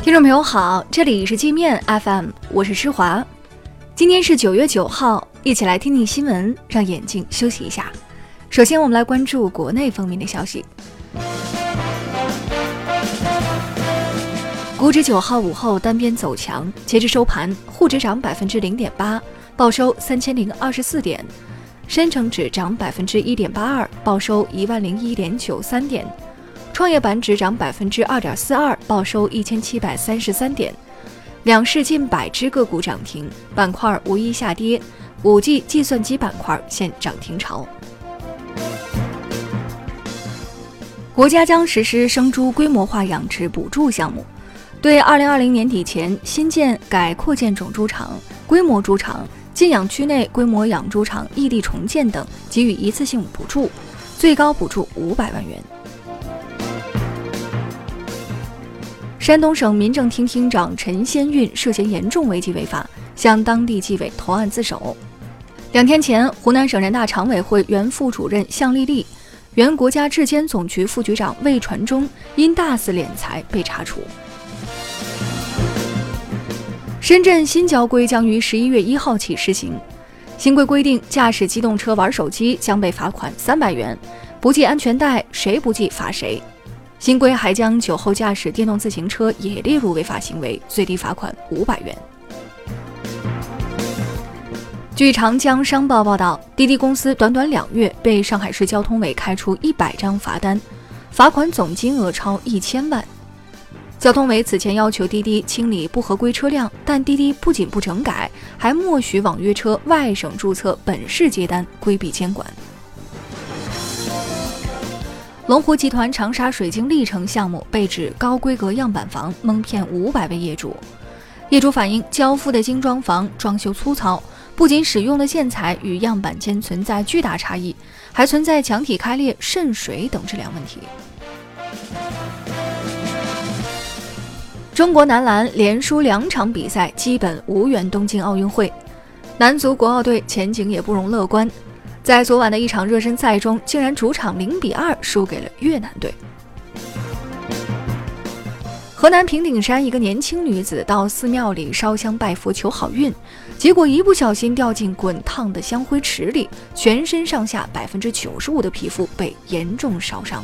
听众朋友好，这里是界面 FM， 我是施华。今天是9月9号，一起来听听新闻，让眼睛休息一下。首先我们来关注国内方面的消息。股指9号午后单边走强，截至收盘，沪指涨 0.8%， 报收3024点；深成指涨 1.82%， 报收10001.93点；创业板指涨 2.42%， 报收1733点。两市近100只个股涨停，板块无一下跌，5G 计算机板块现涨停潮。国家将实施生猪规模化养殖补助项目，对2020年底前新建、改扩建种猪场、规模猪场、禁养区内规模养猪场异地重建等给予一次性补助，最高补助500万元。山东省民政厅厅长陈先运涉嫌严重违纪违法，向当地纪委投案自首。2天前，湖南省人大常委会原副主任向丽丽、原国家质监总局副局长魏传忠因大肆敛财被查处。深圳新交规将于11月1号起施行。新规规定，驾驶机动车玩手机将被罚款300元，不系安全带，谁不系罚谁。新规还将酒后驾驶电动自行车也列入违法行为，最低罚款500元。据长江商报报道，滴滴公司短短2月被上海市交通委开出100张罚单，罚款总金额超1000万。交通委此前要求滴滴清理不合规车辆，但滴滴不仅不整改，还默许网约车外省注册本市接单，规避监管。龙湖集团长沙水晶历城项目被指高规格样板房蒙骗500位业主。业主反映交付的精装房装修粗糙，不仅使用的线材与样板间存在巨大差异，还存在墙体开裂、渗水等质量问题。中国男篮连输2场比赛，基本无缘东京奥运会。男足国奥队前景也不容乐观，在昨晚的一场热身赛中，竟然主场0-2输给了越南队。河南平顶山一个年轻女子到寺庙里烧香拜佛求好运，结果一不小心掉进滚烫的香灰池里，全身上下95%的皮肤被严重烧伤。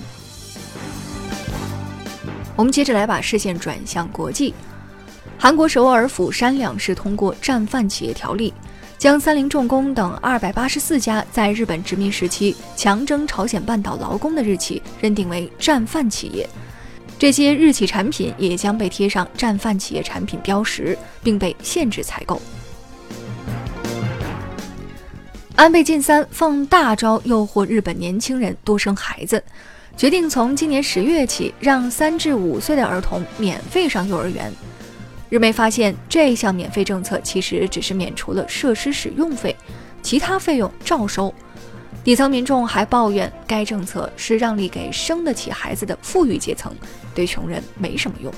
我们接着来把视线转向国际。韩国首尔、釜山两市通过战犯企业条例，将三菱重工等284家在日本殖民时期强征朝鲜半岛劳工的日企认定为战犯企业，这些日企产品也将被贴上战犯企业产品标识，并被限制采购。安倍晋三奉大招诱惑日本年轻人多生孩子，决定从今年10月起让3至5岁的儿童免费上幼儿园。日媒发现，这项免费政策其实只是免除了设施使用费，其他费用照收。底层民众还抱怨该政策是让利给生得起孩子的富裕阶层，对穷人没什么用。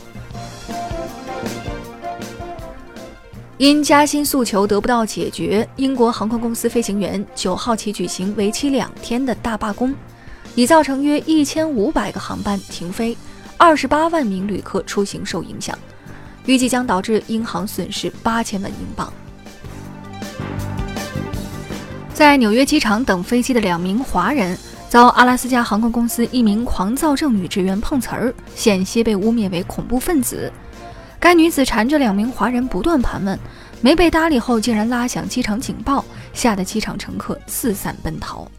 因加薪诉求得不到解决，英国航空公司飞行员9号起举行为期2天的大罢工，已造成约1500个航班停飞，28万名旅客出行受影响，预计将导致英航损失8000万英镑。在纽约机场等飞机的2名华人遭阿拉斯加航空公司一名狂躁症女职员碰瓷儿，险些被污蔑为恐怖分子。该女子缠着2名华人不断盘问，没被搭理后竟然拉响机场警报，吓得机场乘客四散奔逃。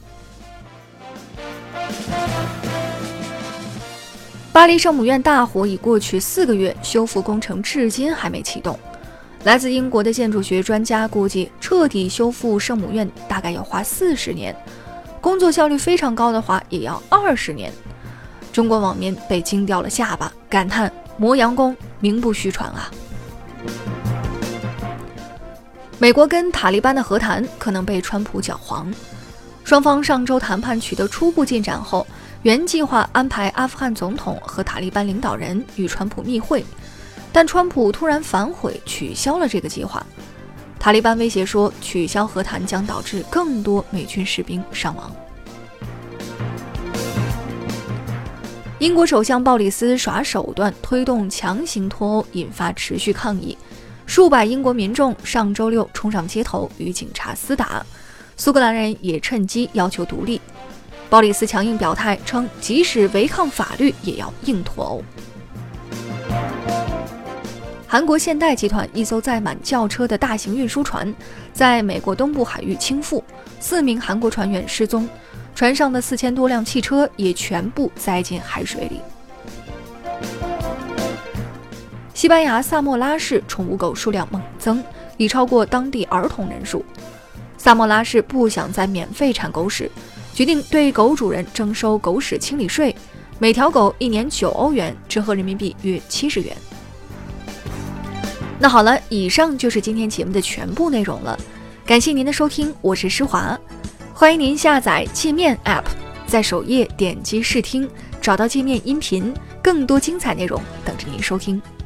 巴黎圣母院大火已过去4个月，修复工程至今还没启动。来自英国的建筑学专家估计，彻底修复圣母院大概要花40年，工作效率非常高的话也要20年。中国网民被惊掉了下巴，感叹磨洋工名不虚传啊。美国跟塔利班的和谈可能被川普搅黄，双方上周谈判取得初步进展后，原计划安排阿富汗总统和塔利班领导人与川普密会，但川普突然反悔，取消了这个计划。塔利班威胁说，取消和谈将导致更多美军士兵伤亡。 英国首相鲍里斯耍手段推动强行脱欧，引发持续抗议，数百英国民众上周六冲上街头与警察厮打，苏格兰人也趁机要求独立。鲍里斯强硬表态称，即使违抗法律也要硬脱欧。韩国现代集团一艘载满轿车的大型运输船在美国东部海域倾覆，4名韩国船员失踪，船上的4000多辆汽车也全部栽进海水里。西班牙萨莫拉市宠物狗数量猛增，已超过当地儿童人数。萨莫拉市不想再免费铲狗屎，决定对狗主人征收狗屎清理税，每条狗1年9欧元，折合人民币约70元。那好了，以上就是今天节目的全部内容了，感谢您的收听，我是施华，欢迎您下载界面 App， 在首页点击试听，找到界面音频，更多精彩内容等着您收听。